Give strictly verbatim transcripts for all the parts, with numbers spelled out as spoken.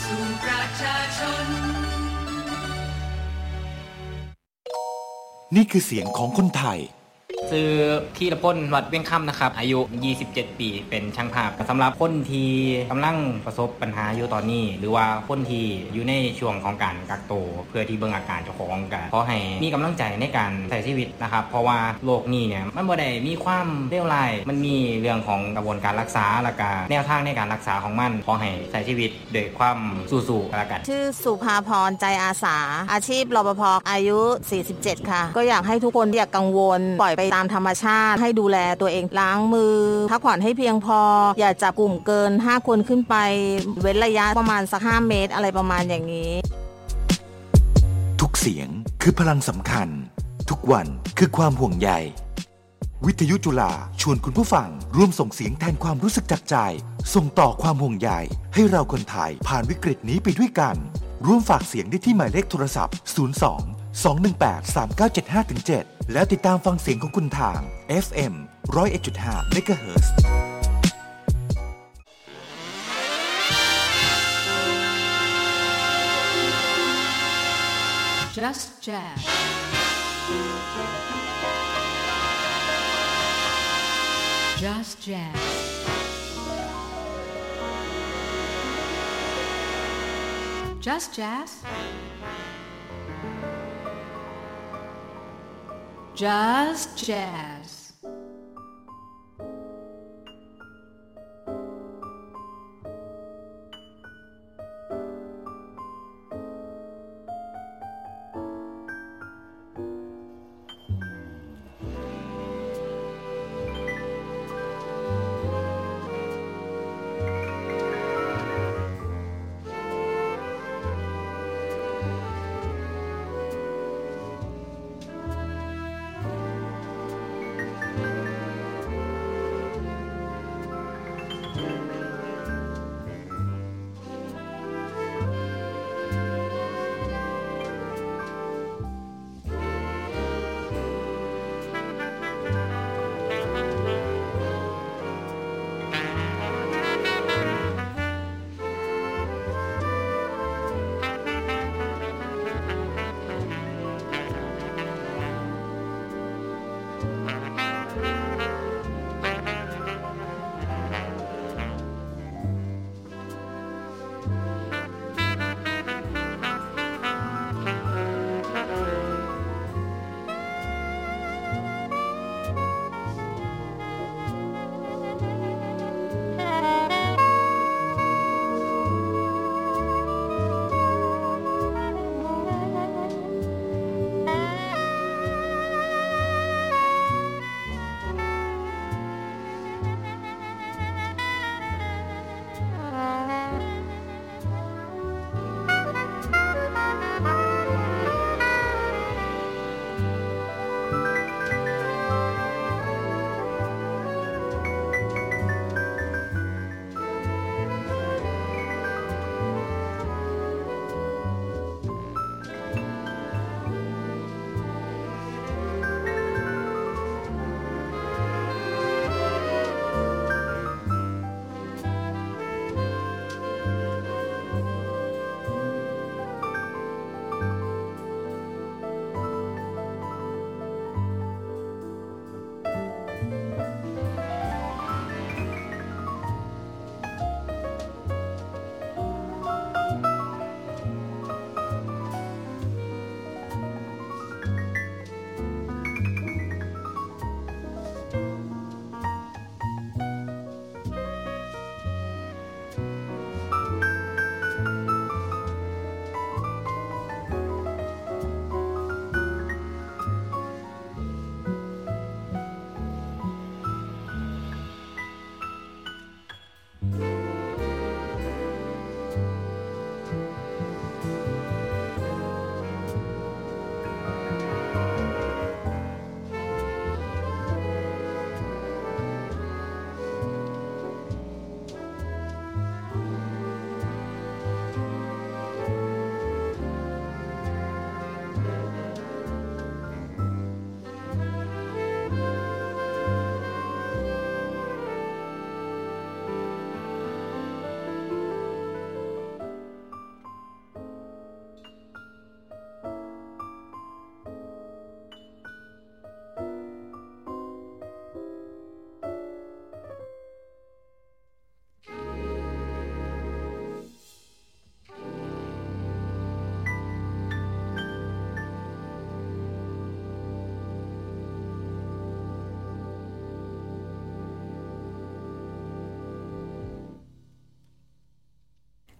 สู่ประชาชนนี่คือเสียงของคนไทยชื่อธีรพลวัดเวียงค่ำนะครับอายุยี่สิบเจ็ดปีเป็นช่างภาพสำหรับคนที่กำลังประสบปัญหาอยู่ตอนนี้หรือว่าคนที่อยู่ในช่วงของการกักตัวเพื่อที่เบิ่งอาการเจ้าของกันขอให้มีกำลังใจในการใช้ชีวิตนะครับเพราะว่าโรคนี้เนี่ยมันบ่ได้มีความเลวร้ายมันมีเรื่องของกระบวนการรักษาและก็แนวทางในการรักษาของมันขอให้ใช้ชีวิตด้วยความสู้ๆกันละกันชื่อสุภาพรใจอาสาอาชีพรปภอายุสี่สิบเจ็ดค่ะก็อยากให้ทุกคนอย่ากังวลปล่อยไปตามธรรมชาติให้ดูแลตัวเองล้างมือพักผ่อนให้เพียงพออย่าจับกลุ่มเกินห้าคนขึ้นไปเว้นระยะประมาณสักห้าเมตรอะไรประมาณอย่างนี้ทุกเสียงคือพลังสำคัญทุกวันคือความห่วงใยวิทยุจุฬาชวนคุณผู้ฟังร่วมส่งเสียงแทนความรู้สึกจากใจส่งต่อความห่วงใยให้เราคนไทยผ่านวิกฤตนี้ไปด้วยกันร่วมฝากเสียงได้ที่หมายเลขโทรศัพท์ศูนย์ สอง สอง หนึ่ง แปด สาม เก้า เจ็ด ห้า เจ็ด แล้วติดตามฟังเสียงของคุณทาง เอฟ เอ็ม หนึ่งศูนย์เอ็ดจุดห้า เมกะเฮิรตซ์ Just Jazz Just Jazz Just Jazz Just Jazz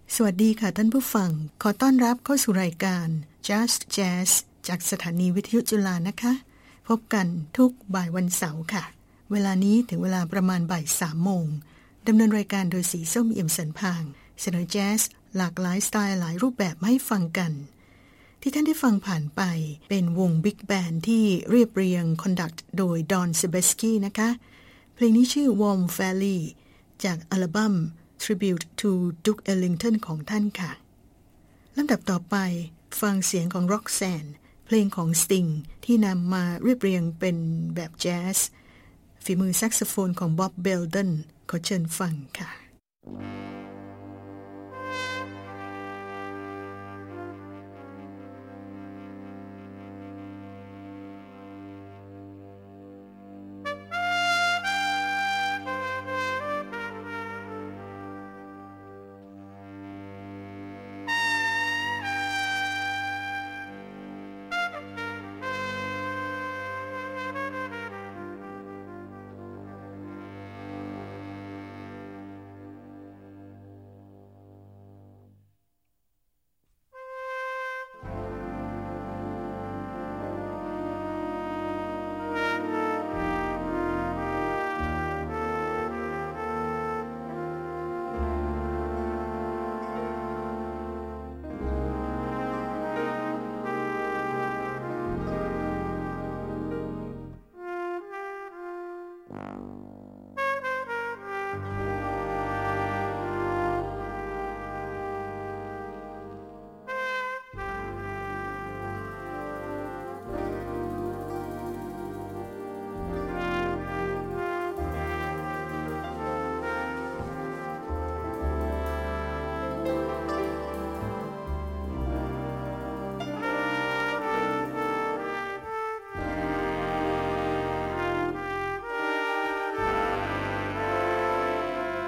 สวัสดีค่ะท่านผู้ฟังขอต้อนรับเข้าสู่รายการ Just Jazz จากสถานีวิทยุจุฬานะคะพบกันทุกบ่ายวันเสาร์ค่ะเวลานี้ถึงเวลาประมาณบ่ายสามโมงดำเนินรายการโดยสีส้มเอี่ยมสันพางเสนอแจ๊สหลากหลายสไตล์หลายรูปแบบมาให้ฟังกันที่ท่านได้ฟังผ่านไปเป็นวงบิ๊กแบนด์ที่เรียบเรียงคอนดักต์โดยดอนเซเบสกี้นะคะเพลงนี้ชื่อ Warm Valley จากอัลบั้ม Tribute to Duke Ellington ของท่านค่ะลำดับต่อไปฟังเสียงของ Roxanne เพลงของ Sting ที่นำมาเรียบเรียงเป็นแบบแจ๊สฝีมือแซกโซโฟนของ Bob Belden ขอเชิญฟังค่ะ Thank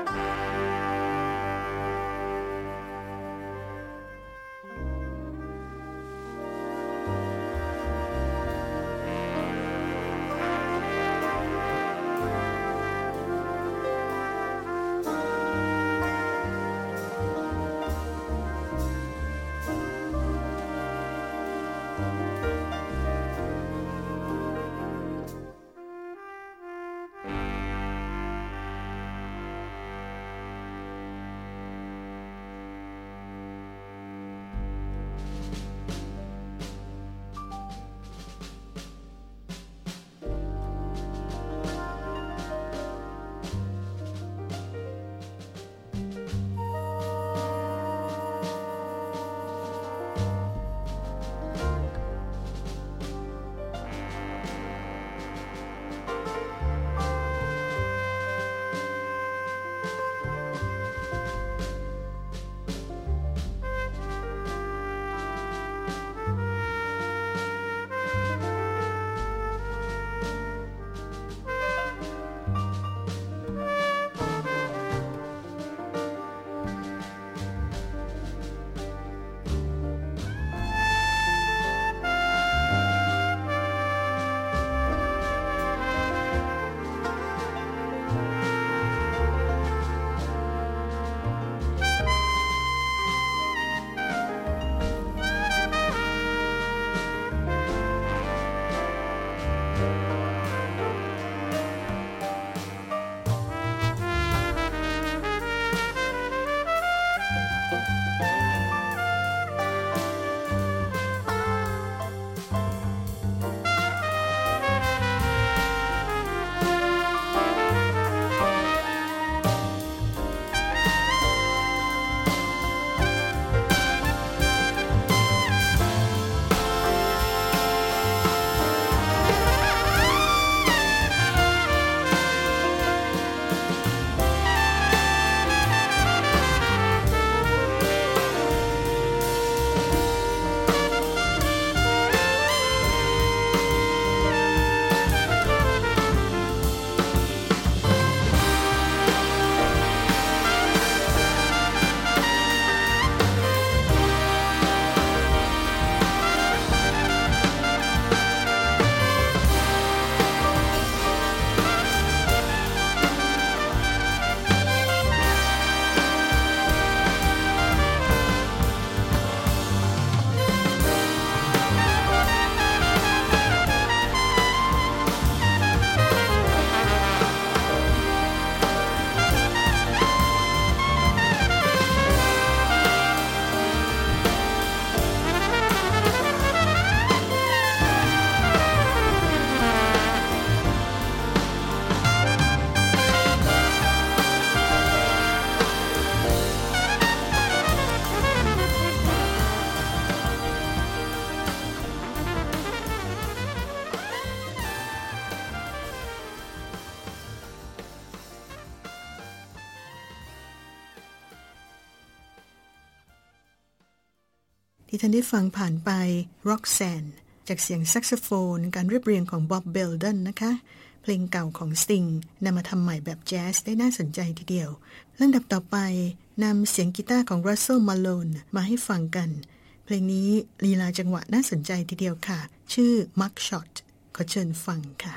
ที่ท่านได้ฟังผ่านไป Roxanne จากเสียงแซกโซโฟนการเรียบเรียงของ Bob Belden นะคะเพลงเก่าของ Sting นำมาทำใหม่แบบแจ๊สได้น่าสนใจทีเดียวลำดับต่อไปนำเสียงกีตาร์ของ Russell Malone มาให้ฟังกันเพลงนี้ลีลาจังหวะน่าสนใจทีเดียวค่ะชื่อ Mug Shot ขอเชิญฟังค่ะ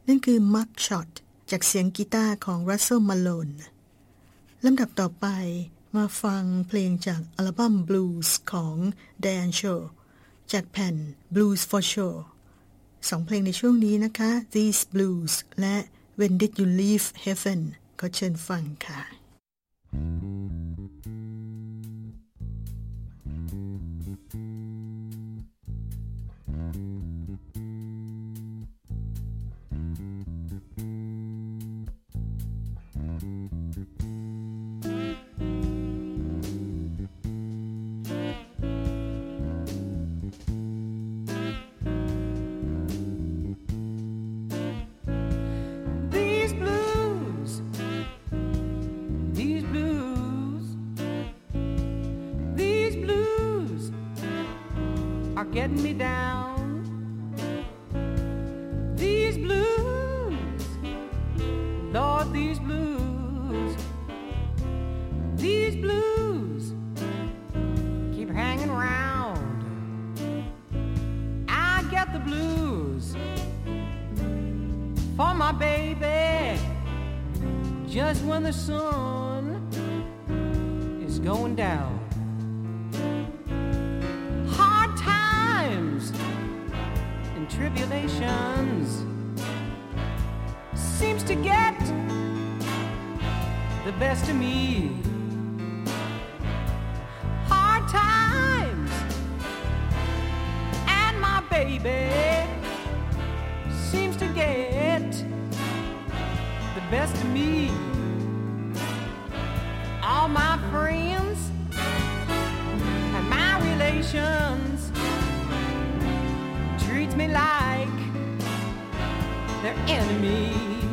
นั่นคือ Mug Shot จากเสียงกีตาร์ของ Russell Malone ลำดับต่อไปมาฟังเพลงจากอัลบั้ม Blues ของ Diane Shaw จากแผ่น Blues for Show สองเพลงในช่วงนี้นะคะ These Blues และ When Did You Leave Heaven ก็เชิญฟังค่ะ Getting me down. These blues, Lord, these blues, these blues keep hanging round. I get the blues for my baby just when the sun is going down. Tribulations seems to get the best of me. Hard times and my baby seems to get the best of me. All my friends and my relations treats me like their enemy.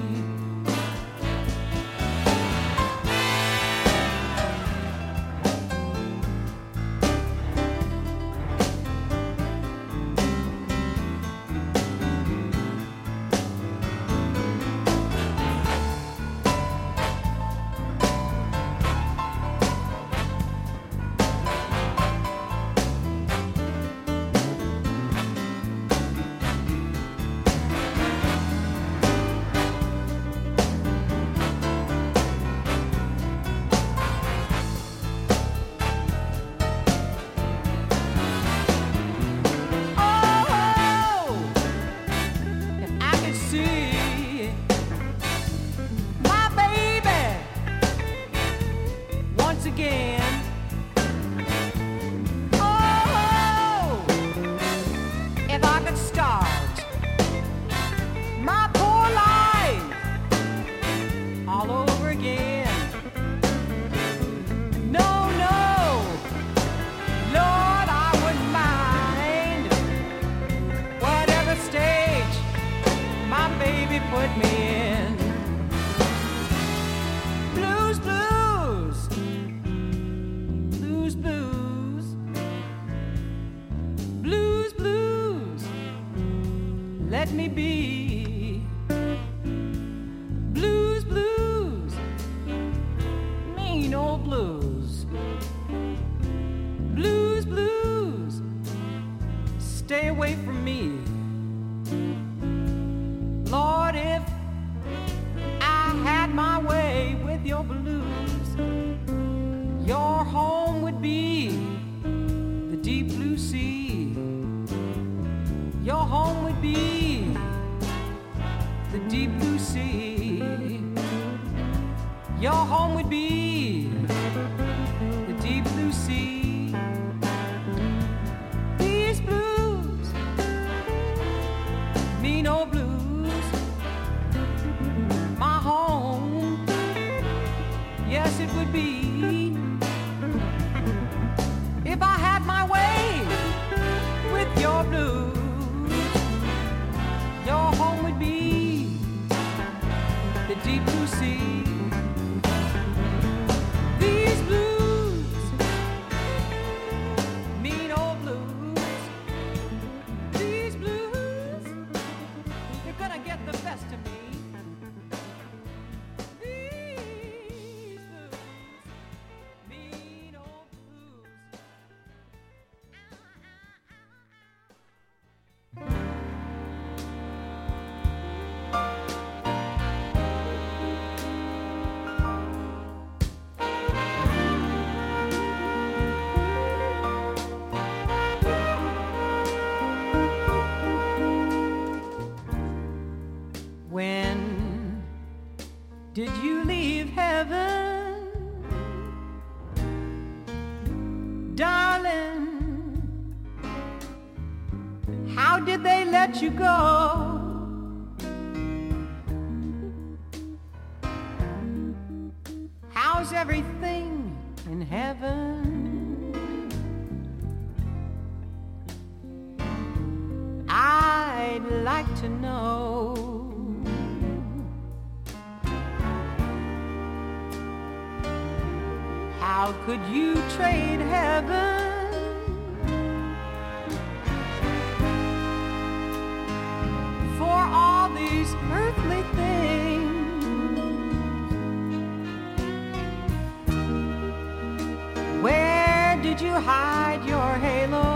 Let me be. Blues, blues, mean old blues. Blues, blues, stay away from me. Lord, if I had my way with your blues, your home would be the deep blue sea. Your home would be the deep blue sea. Your home would be the deep blue sea. These blues, mean old blues, my home, yes it would be. If I had my way with your blues, your home would be the deep blue sea. These blues, mean old blues, these blues, they're gonna get the best of me. These blues, mean old blues. Ah, ah, ah. did you leave heaven, darling? How did they let you go? How's everything in heaven? I'd like to know. How could you trade heaven for all these earthly things? Where did you hide your halo?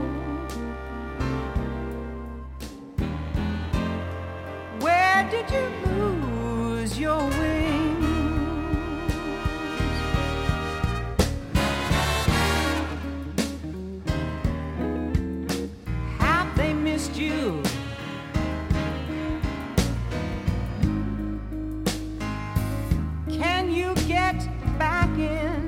Where did you lose your wings? Have they missed you? Can you get back in?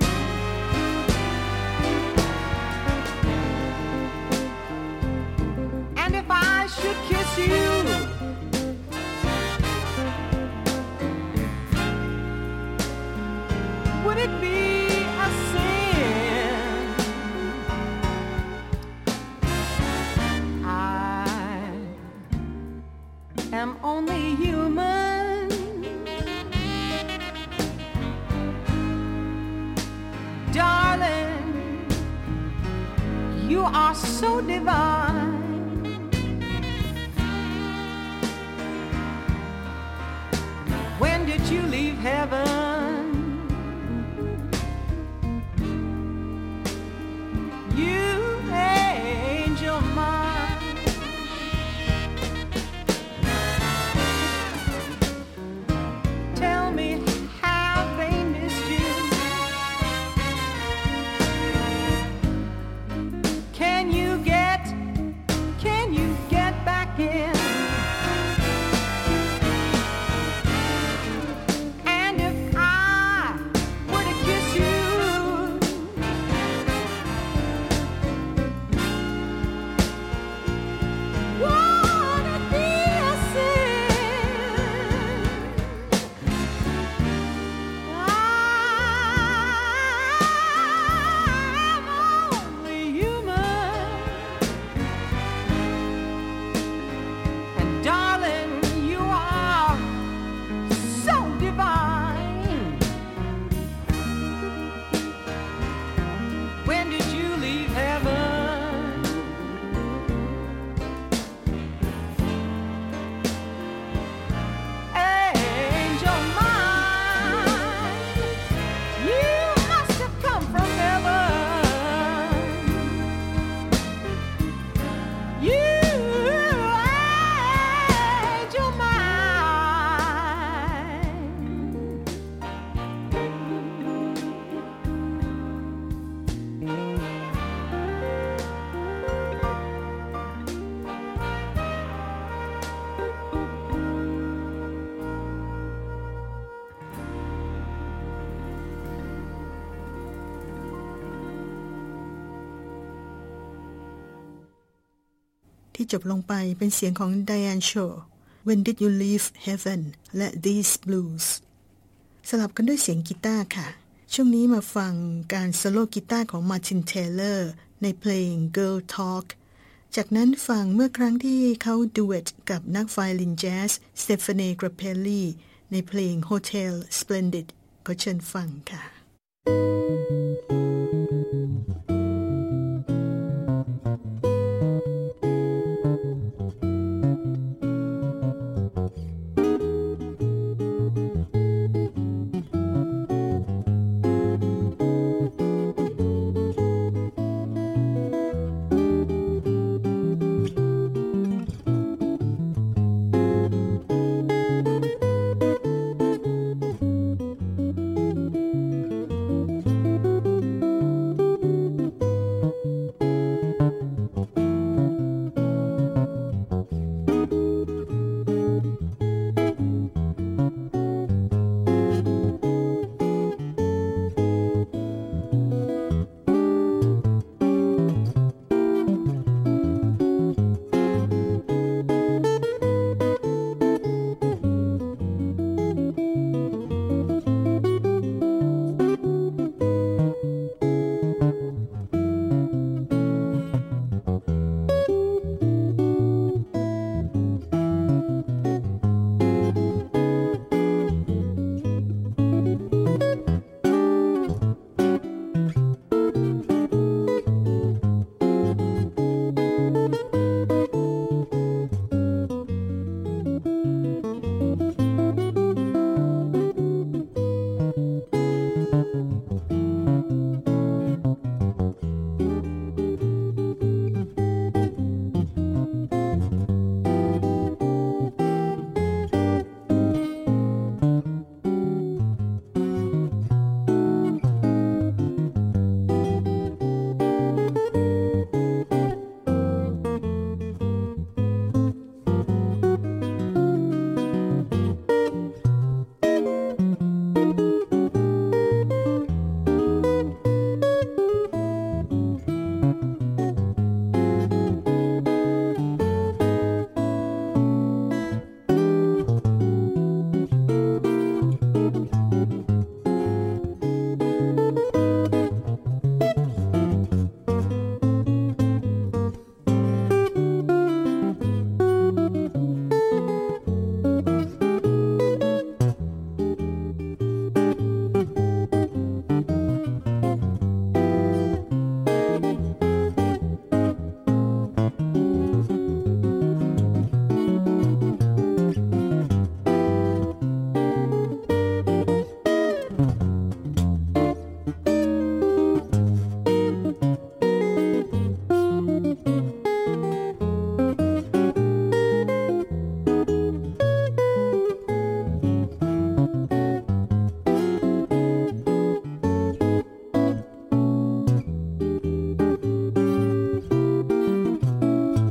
And if I should kiss you, would it be a sin? I am only human. Darling, you are so divine. When did you leave heaven? You angel mine. Tell me, have they missed you? Can you get, can you get back in? And if I were to kiss you, would it be a sin? I'm only human. And darling, you are so divine. When did you leave heaven? Angel mine, you must have come from heaven. You angel ที่จบลงไปเป็นเสียงของ Diane Shaw When Did You Leave Heaven และ These Blues สลับกันด้วยเสียงกีตาร์ค่ะช่วงนี้มาฟังการโซโล่กีตาร์ของ Martin Taylor ในเพลง Girl Talk จากนั้นฟังเมื่อครั้งที่เขาดูเอตกับนักไวโอลินแจ๊ส Stefano Grappelli ในเพลง Hotel Splendid ก็เชิญฟังค่ะ mine. เ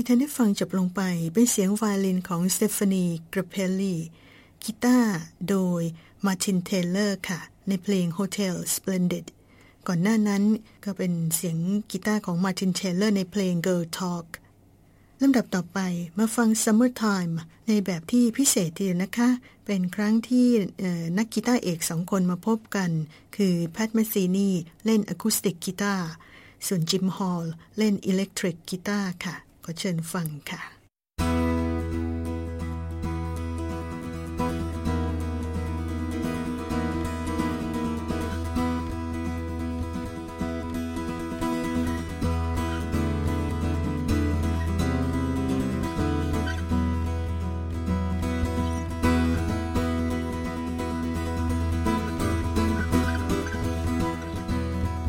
ที่ท่านได้ฟังจบลงไปเป็นเสียงไวโอลินของสเตฟานีกราเพลลีกีตาร์โดยมาร์ตินเทเลอร์ค่ะในเพลง Hotel Splendid ก่อนหน้านั้นก็เป็นเสียงกีตาร์ของมาร์ตินเทเลอร์ในเพลง Girl Talk ลำดับต่อไปมาฟัง Summertime ในแบบที่พิเศษทีเดียวนะคะเป็นครั้งที่นักกีตาร์เอกสองคนมาพบกันคือแพท แมสซีนีเล่นอะคูสติกกีตาร์ส่วนจิมฮอลเล่นอิเล็กทริกกีตาร์ค่ะขอเชิญฟังค่ะ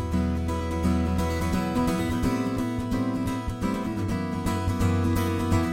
Thank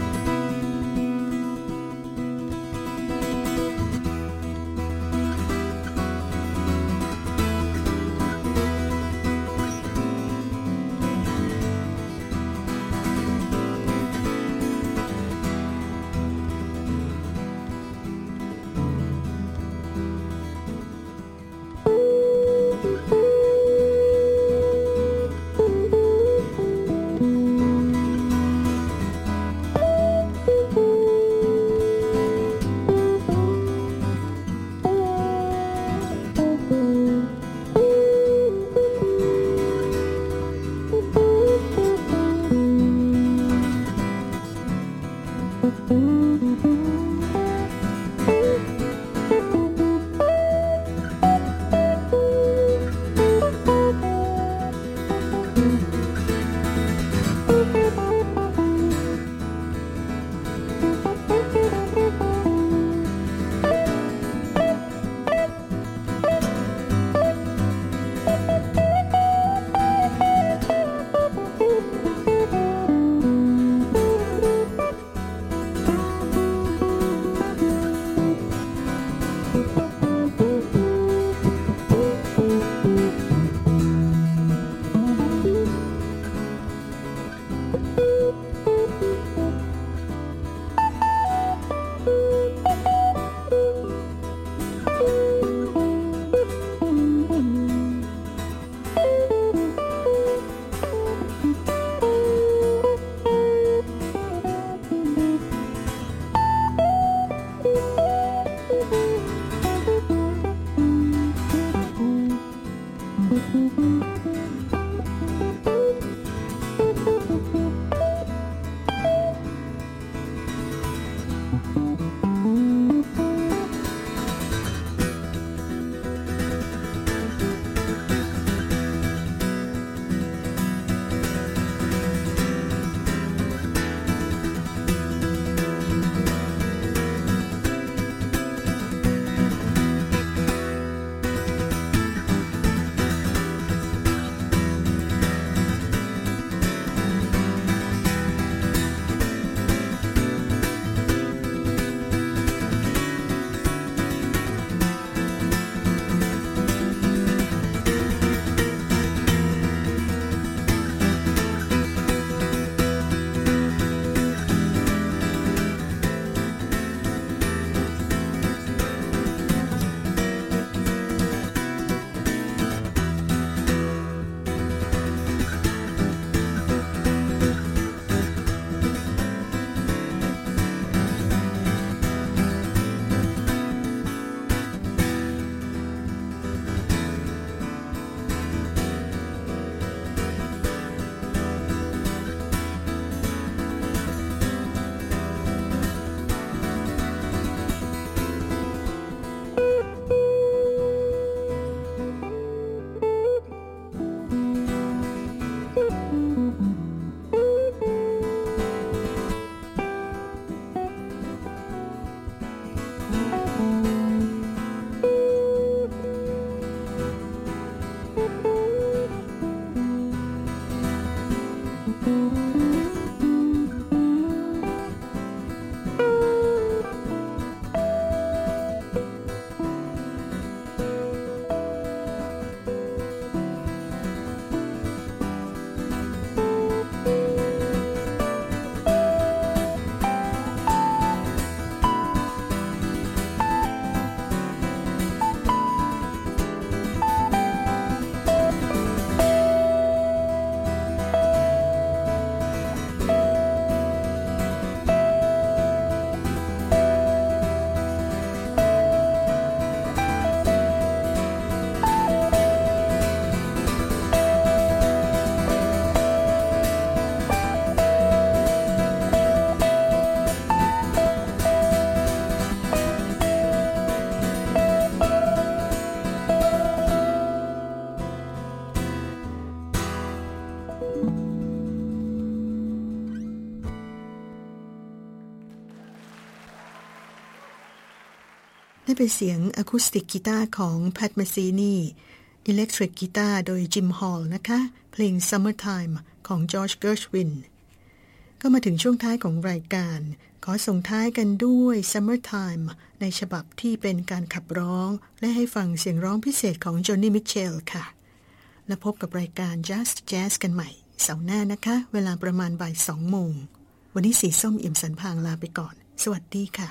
นั่นเป็นเสียงอะคูสติกกีตาร์ของแพท เมสซีนีอิเล็กทริกกีตาร์โดยจิมฮอลล์นะคะเพลง Summertime ของจอร์จ เกิร์ชวินก็มาถึงช่วงท้ายของรายการขอส่งท้ายกันด้วย Summertime ในฉบับที่เป็นการขับร้องและให้ฟังเสียงร้องพิเศษของจอห์นนี่ มิทเชลค่ะและพบกับรายการ Just Jazz กันใหม่เสาร์หน้านะคะเวลาประมาณบ่ายสองโมงวันนี้สีส้มเอี่ยมสันพางลาไปก่อนสวัสดีค่ะ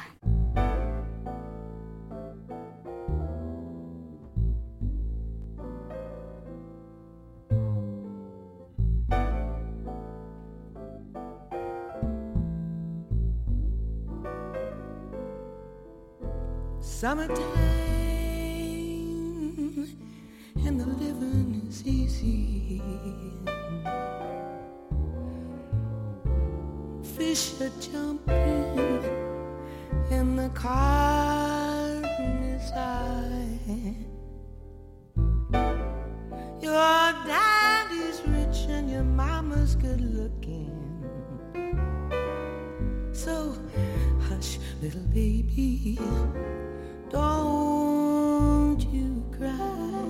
Summertime and the living is easy. Fish are jumping and the cotton is high. Your daddy's rich and your mama's good looking. So hush, little baby.Don't you cry.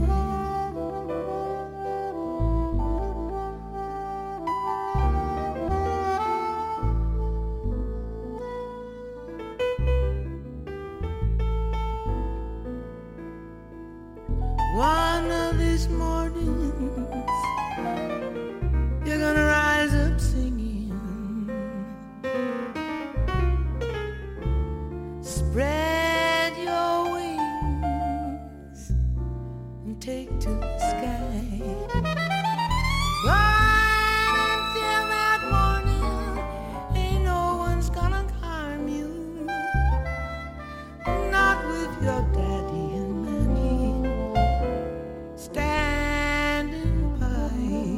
One of these mornings you're gonna rise up singing.Take to the sky. But until that morning, ain't no one's gonna harm you. Not with your daddy and mommy standing by.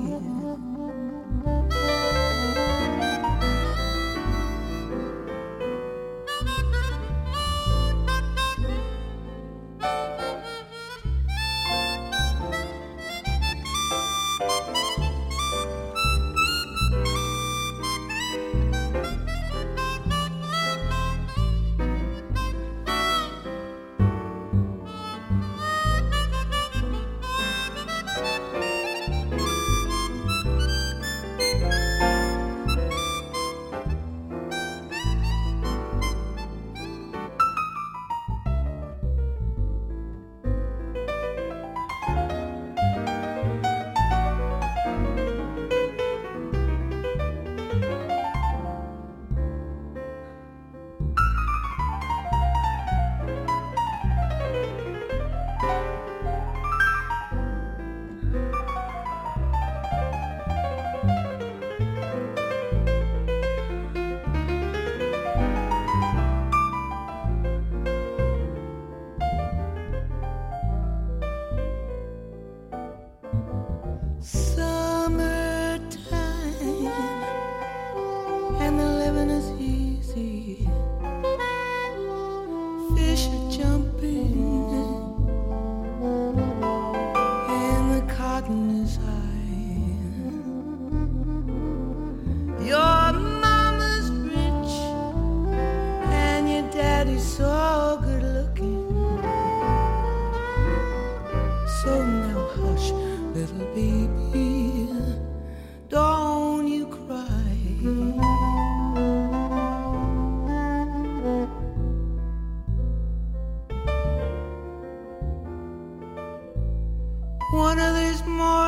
One of these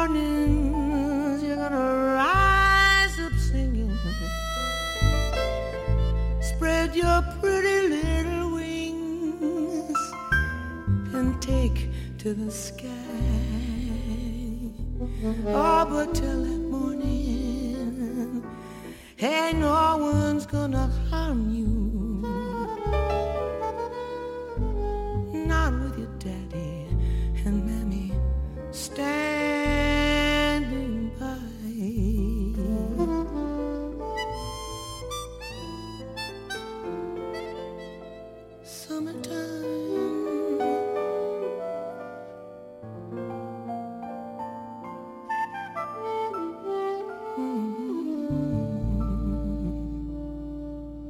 mornings you're gonna rise up singing. Spread your pretty little wings and take to the sky. Oh, but till that morning, hey, no one's gonna harm you. Not with your daddy and mammy standing by. Summertime. Mm-hmm.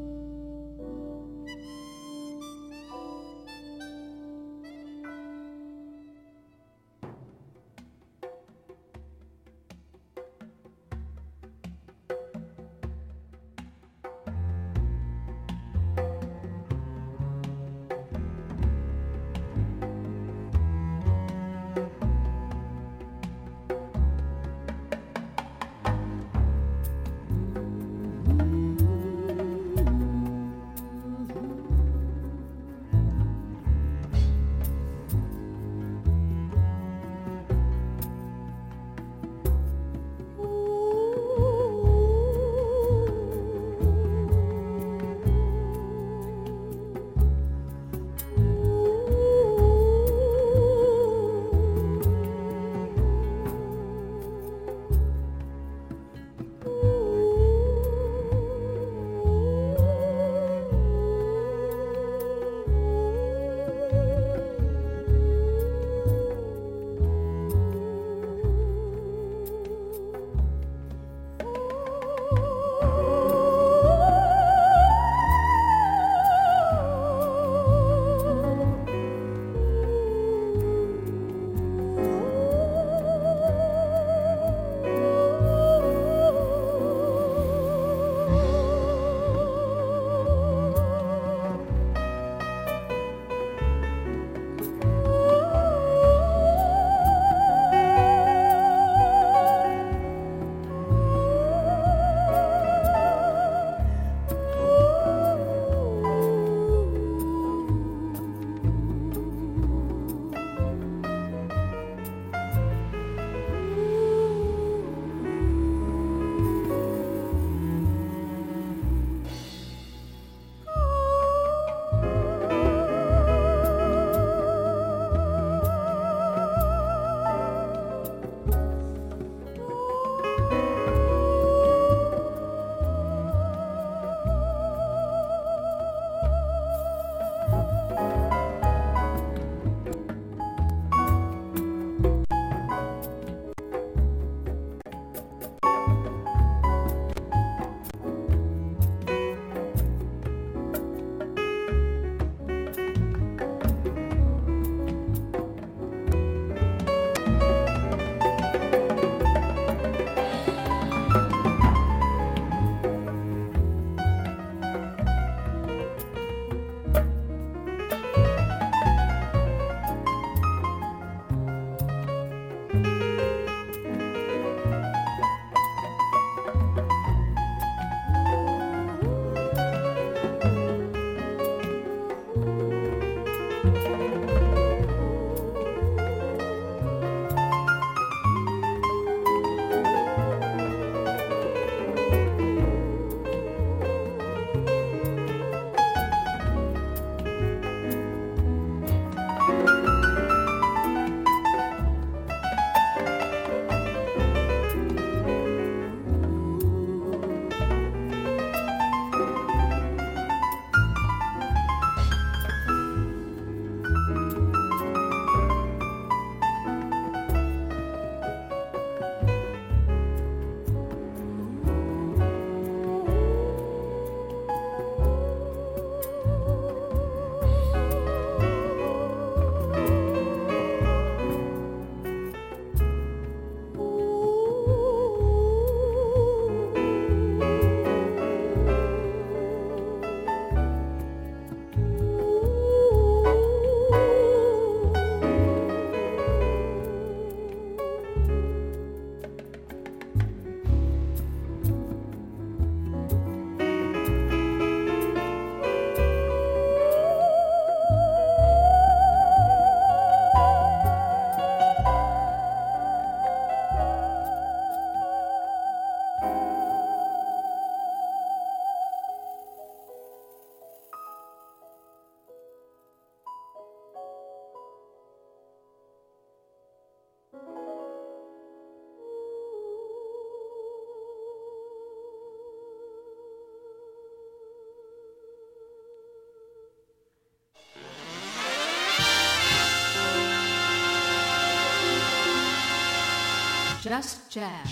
Just Jazz.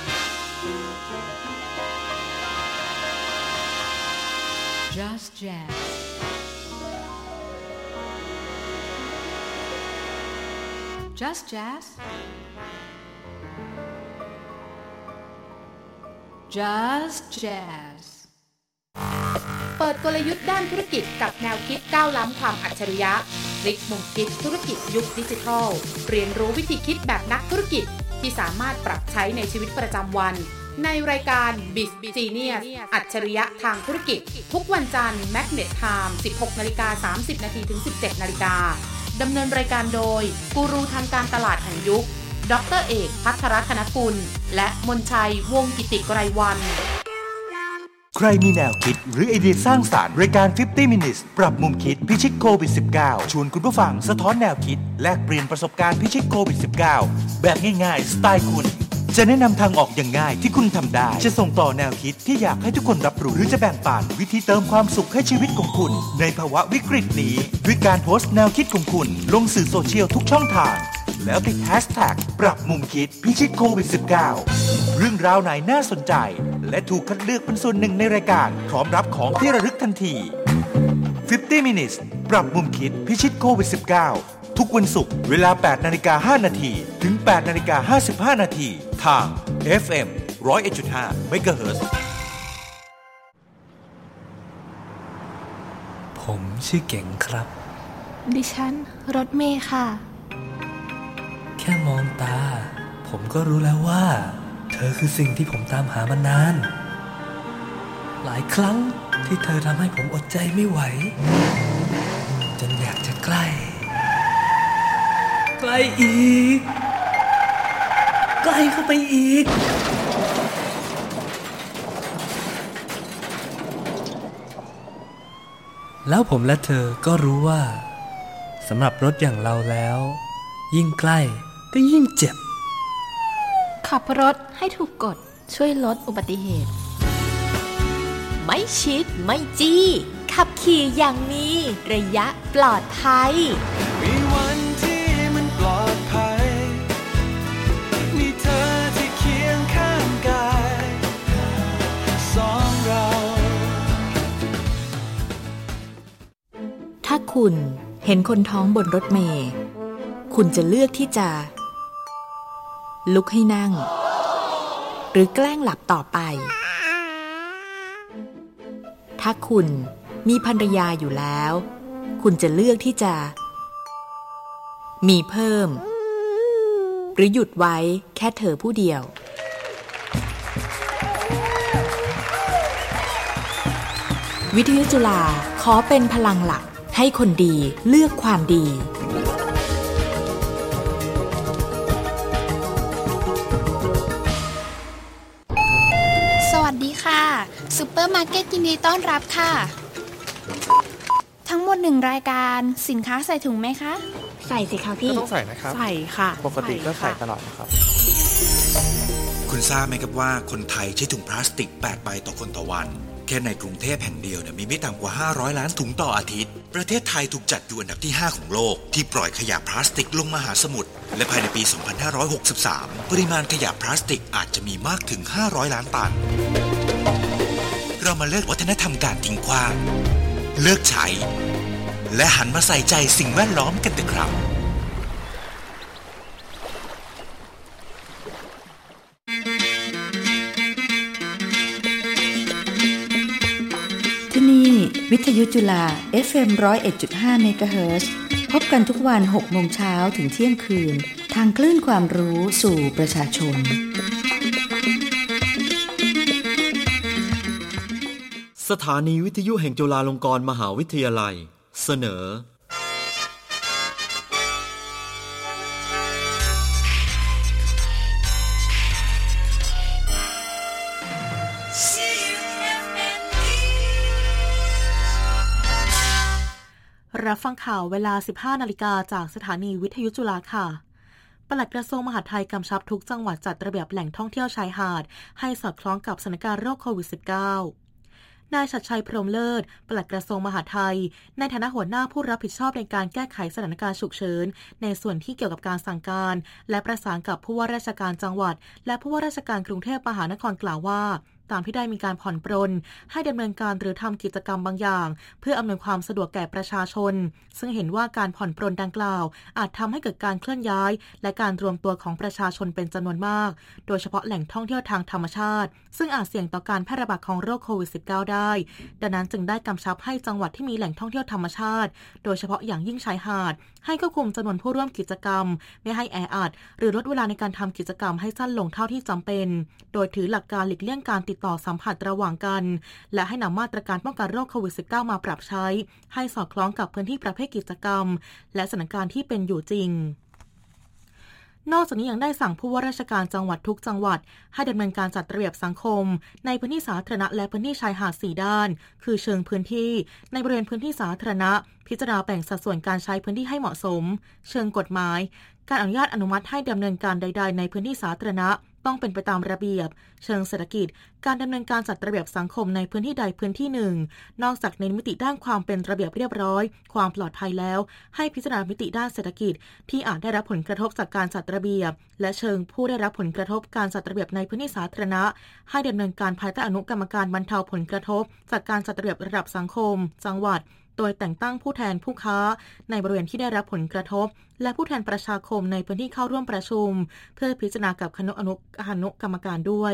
Just Jazz. Just Jazz. Just Jazz. เปิดกลยุทธ์ด้านธุรกิจกับแนวคิดก้าวล้ำความอัจฉริยะพลิกมุมคิดธุรกิจยุคดิจิทัลเรียนรู้วิธีคิดแบบนักธุรกิจที่สามารถปรับใช้ในชีวิตประจำวันในรายการ Biz Genius อัจฉริยะทางธุรกิจทุกวันจันทร์ Magnet Time สิบหกนาฬิกาสามสิบนาทีถึงสิบเจ็ดนาฬิกาดำเนินรายการโดยกูรูทางการตลาดแห่งยุคดร.เอกภัทรธนกุลและมนชัยวงศ์กิติไกรวรรณใครมีแนวคิดหรือไอเดียสร้างสรรค์รายการ ห้าสิบ minutes ปรับมุมคิดพิชิตโควิด สิบเก้า ชวนคุณผู้ฟังสะท้อนแนวคิดแลกเปลี่ยนประสบการณ์พิชิตโควิด สิบเก้า แบบง่ายๆสไตล์คุณจะแนะนำทางออกอย่างง่ายที่คุณทำได้จะส่งต่อแนวคิดที่อยากให้ทุกคนรับรู้หรือจะแบ่งปันวิธีเติมความสุขให้ชีวิตของคุณในภาวะวิกฤตนี้ด้วยการโพสต์แนวคิดของคุณลงสื่อโซเชียลทุกช่องทางแล้วติดแฮชแท็กปรับมุมคิดพิชิตโควิด สิบเก้า เรื่องราวไหนน่าสนใจและถูกคัดเลือกเป็นส่วนหนึ่งในรายการพร้อมรับของที่ระลึกทันที ห้าสิบ minutes ปรับมุมคิดพิชิตโควิด สิบเก้า ทุกวันศุกร์เวลา แปดนาฬิกาห้านาทีถึง แปดนาฬิกาห้าสิบห้านาทีทาง เอฟ เอ็ม หนึ่งศูนย์เอ็ดจุดห้า เมกะเฮิรตซ์ผมชื่อเก่งครับดิฉันรถเมย์ค่ะแค่มองตาผมก็รู้แล้วว่าเธอคือสิ่งที่ผมตามหามานานหลายครั้งที่เธอทำให้ผมอดใจไม่ไหวจนอยากจะใกล้ใกล้อีกใกล้เข้าไปอีกแล้วผมและเธอก็รู้ว่าสำหรับรถอย่างเราแล้วยิ่งใกล้ก็ยิ่งเจ็บขับรถให้ถูกกฎช่วยลดอุบัติเหตุไม่ชิดไม่จี้ขับขี่อย่างมีระยะปลอดภัยมีวันที่มันปลอดภัยมีเธอที่เคียงข้างกายสองเราถ้าคุณเห็นคนท้องบนรถเมล์คุณจะเลือกที่จะลุกให้นั่งหรือแกล้งหลับต่อไปถ้าคุณมีภรรยาอยู่แล้วคุณจะเลือกที่จะมีเพิ่มหรือหยุดไว้แค่เธอผู้เดียววิทยุจุฬาขอเป็นพลังหลักให้คนดีเลือกความดีสวัสดีค่ะซุปเปอร์มาร์เก็ตยินดีต้อนรับค่ะทั้งหมดหนึ่งรายการสินค้าใส่ถุงไหมคะใส่สิคะพี่ต้องใส่นะครับใส่ค่ะปกติก็ใส่ตลอดนะครับคุณทราบไหมครับว่าคนไทยใช้ถุงพลาสติกแปดใบต่อคนต่อวันแค่ในกรุงเทพแห่งเดียวเนี่ยมีไม่ต่ำกว่าห้าร้อยล้านถุงต่ออาทิตย์ประเทศไทยถูกจัดอยู่อันดับที่ห้าของโลกที่ปล่อยขยะพลาสติกลงมหาสมุทรและภายในปีสองพันห้าร้อยหกสิบสามปริมาณขยะพลาสติกอาจจะมีมากถึงห้าร้อยล้านตันเรามาเลิกวัฒนธรรมการทิ้งขว้างเลิกใช้และหันมาใส่ใจสิ่งแวดล้อมกันเถอะครับที่นี่วิทยุจุฬา เอฟ เอ็ม หนึ่งศูนย์เอ็ดจุดห้า เมกะเฮิรตซ์พบกันทุกวันหกโมงเช้าถึงเที่ยงคืนทางคลื่นความรู้สู่ประชาชนสถานีวิทยุแห่งจุฬาลงกรณ์มหาวิทยาลัยเสนอรับฟังข่าวเวลา สิบห้านาฬิกาจากสถานีวิทยุจุฬาค่ะปลัดกระทรวงมหาดไทยกำชับทุกจังหวัดจัดระเบียบแหล่งท่องเที่ยวชายหาดให้สอดคล้องกับสถานการณ์โรคโควิด สิบเก้านายชัดชัยพรหมเลิศปลัดกระทรวงมหาดไทยในฐานะหัวหน้าผู้รับผิดชอบในการแก้ไขสถานการณ์ฉุกเฉินในส่วนที่เกี่ยวกับการสั่งการและประสานกับผู้ว่าราชการจังหวัดและผู้ว่าราชการกรุงเทพมหานครกล่าวว่าตามที่ได้มีการผ่อนปรนให้ดำเนินการหรือทำกิจกรรมบางอย่างเพื่ออำนวยความสะดวกแก่ประชาชนซึ่งเห็นว่าการผ่อนปรนดังกล่าวอาจทำให้เกิดการเคลื่อนย้ายและการรวมตัวของประชาชนเป็นจำนวนมากโดยเฉพาะแหล่งท่องเที่ยวทางธรรมชาติซึ่งอาจเสี่ยงต่อการแพร่ระบาดของโรคโควิด สิบเก้า ได้ดังนั้นจึงได้กำชับให้จังหวัดที่มีแหล่งท่องเที่ยวธรรมชาติโดยเฉพาะอย่างยิ่งชายหาดให้ควบคุมจำนวนผู้ร่วมกิจกรรมไม่ให้แออัดหรือลดเวลาในการทำกิจกรรมให้สั้นลงเท่าที่จำเป็นโดยถือหลักการหลีกเลี่ยงการติดต่อสัมผัสระหว่างกันและให้นำมาตรการป้องกันโรคโควิด สิบเก้า มาปรับใช้ให้สอดคล้องกับพื้นที่ประเภทกิจกรรมและสถานการณ์ที่เป็นอยู่จริงนอกจากนี้ยังได้สั่งผู้ว่าราชการจังหวัดทุกจังหวัดให้ดำเนินการจัดระเบียบสังคมในพื้นที่สาธารณะและพื้นที่ชายหาดสี่ด้านคือเชิงพื้นที่ในบริเวณพื้นที่สาธารณะพิจารณาแบ่งสัดส่วนการใช้พื้นที่ให้เหมาะสมเชิงกฎหมายการอนุญาตอนุมัติให้ดำเนินการใดๆในพื้นที่สาธารณะต้องเป็นไปตามระเบียบเชิงเศรษฐกิจการดำเนินการจัดระเบียบสังคมในพื้นที่ใดพื้นที่หนึ่งนอกจากในมิติด้านความเป็นระเบียบเรียบร้อยความปลอดภัยแล้วให้พิจารณามิติด้านเศรษฐกิจที่อาจได้รับผลกระทบจากการจัดระเบียบและเชิงผู้ได้รับผลกระทบการจัดระเบียบในพื้นที่สาธารณะให้ดำเนินการภายใต้อนุกรรมการบรรเทาผลกระทบจากการจัดระเบียบระดับสังคมจังหวัดโดยแต่งตั้งผู้แทนผู้ค้าในบริเวณที่ได้รับผลกระทบและผู้แทนประชาคมในพื้นที่เข้าร่วมประชุมเพื่อพิจารณากับคณะอนุอนุกรรมการด้วย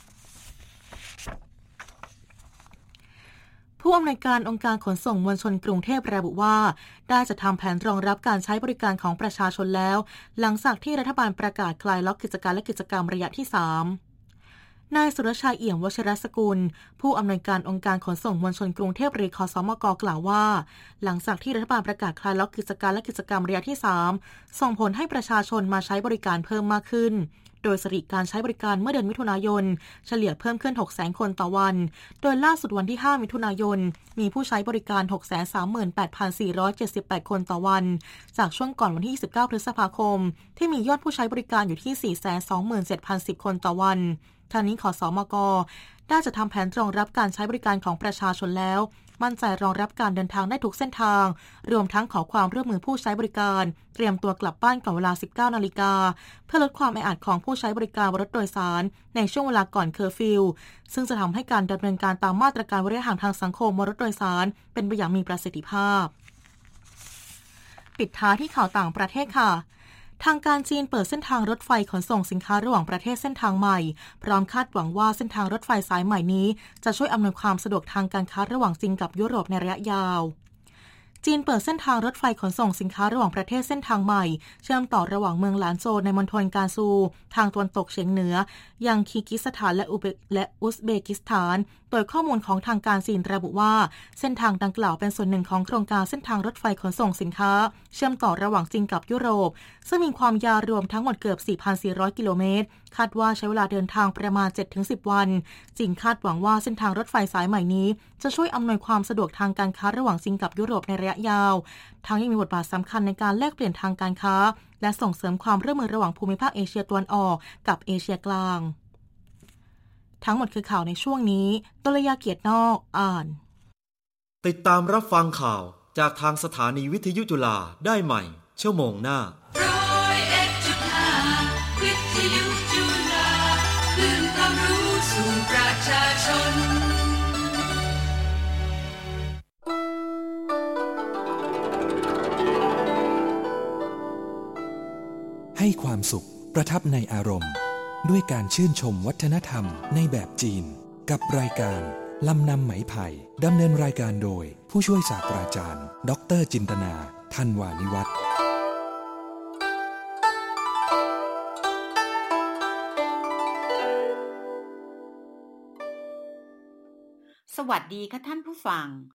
ผู้อำนวยการองค์การขนส่งมวลชนกรุงเทพระบุว่าได้จัดทำแผนรองรับการใช้บริการของประชาชนแล้วหลังจากที่รัฐบาลประกาศคลายล็อกกิจการและกิจกรรมระยะที่สามนายสุรชัยเอี่ยมวชิรสกุลผู้อำนวยการองค์การขนส่งมวลชนกรุงเทพหรือคสมกกล่าวว่าหลังจากที่รัฐบาลประกาศคลายล็อกกิจการและกิจกรรมระยะที่สามส่งผลให้ประชาชนมาใช้บริการเพิ่มมากขึ้นโดยสถิติการใช้บริการเมื่อเดือนมิถุนายนเฉลี่ยเพิ่มขึ้น หกแสน คนต่อวันโดยล่าสุดวันที่ห้ามิถุนายนมีผู้ใช้บริการ หกแสนสามหมื่นแปดพันสี่ร้อยเจ็ดสิบแปด คนต่อวันจากช่วงก่อนวันที่ยี่สิบเก้าพฤษภาคมที่มียอดผู้ใช้บริการอยู่ที่ สี่แสนสองหมื่นเจ็ดพันสิบ คนต่อวันทางนี้ขสมกได้จะทำแผนรองรับการใช้บริการของประชาชนแล้วมั่นใจรองรับการเดินทางได้ทุกเส้นทางรวมทั้งขอความร่วมมือผู้ใช้บริการเตรียมตัวกลับบ้านก่อนเวลา สิบเก้านาฬิกาเพื่อลดความแออัดของผู้ใช้บริการรถโดยสารในช่วงเวลาก่อนเคอร์ฟิวซึ่งจะทำให้การดำเนินการตามมาตรการระยะห่างทางสังคมบนรถโดยสารเป็นไปอย่างมีประสิทธิภาพปิดท้ายที่ข่าวต่างประเทศค่ะทางการจีนเปิดเส้นทางรถไฟขนส่งสินค้าระหว่างประเทศเส้นทางใหม่พร้อมคาดหวังว่าเส้นทางรถไฟสายใหม่นี้จะช่วยอำนวยความสะดวกทางการค้าระหว่างจีนกับยุโรปในระยะยาวจีนเปิดเส้นทางรถไฟขนส่งสินค้าระหว่างประเทศเส้นทางใหม่เชื่อมต่อระหว่างเมืองหลานโจวในมณฑลกาซูทางตะวันตกเฉียงเหนือยังคีร์กิสถานและอุเบและอุซเบกิสถานโดยข้อมูลของทางการจีนระบุว่าเส้นทางดังกล่าวเป็นส่วนหนึ่งของโครงการเส้นทางรถไฟขนส่งสินค้าเชื่อมต่อระหว่างจีนกับยุโรปซึ่งมีความยาวรวมทั้งหมดเกือบ สี่พันสี่ร้อย กิโลเมตรคาดว่าใช้เวลาเดินทางประมาณ เจ็ดถึงสิบ วันจีนคาดหวังว่าเส้นทางรถไฟสายใหม่นี้จะช่วยอำนวยความสะดวกทางการค้าระหว่างจีนกับยุโรปในระยะยาวทั้งยังมีบทบาทสำคัญในการแลกเปลี่ยนทางการค้าและส่งเสริมความร่วมมือระหว่างภูมิภาคเอเชียตะวันออกกับเอเชียกลางทั้งหมดคือข่าวในช่วงนี้ตุลยาเกียรตินอกอ่านติดตามรับฟังข่าวจากทางสถานีวิทยุจุฬาได้ใหม่ชั่วโมงหน้าร้อยเอ็ดจุดห้าวิทยุจุฬาคลื่นความรู้สู่ประชาชนให้ความสุขประทับในอารมณ์ด้วยการชื่นชมวัฒนธรรมในแบบจีนกับรายการลำนำไหมไผ่ดำเนินรายการโดยผู้ช่วยศาสตราจารย์ดร.จินตนาธันวานิวัฒน์สวัสดีค่ะท่านผู้ฟัง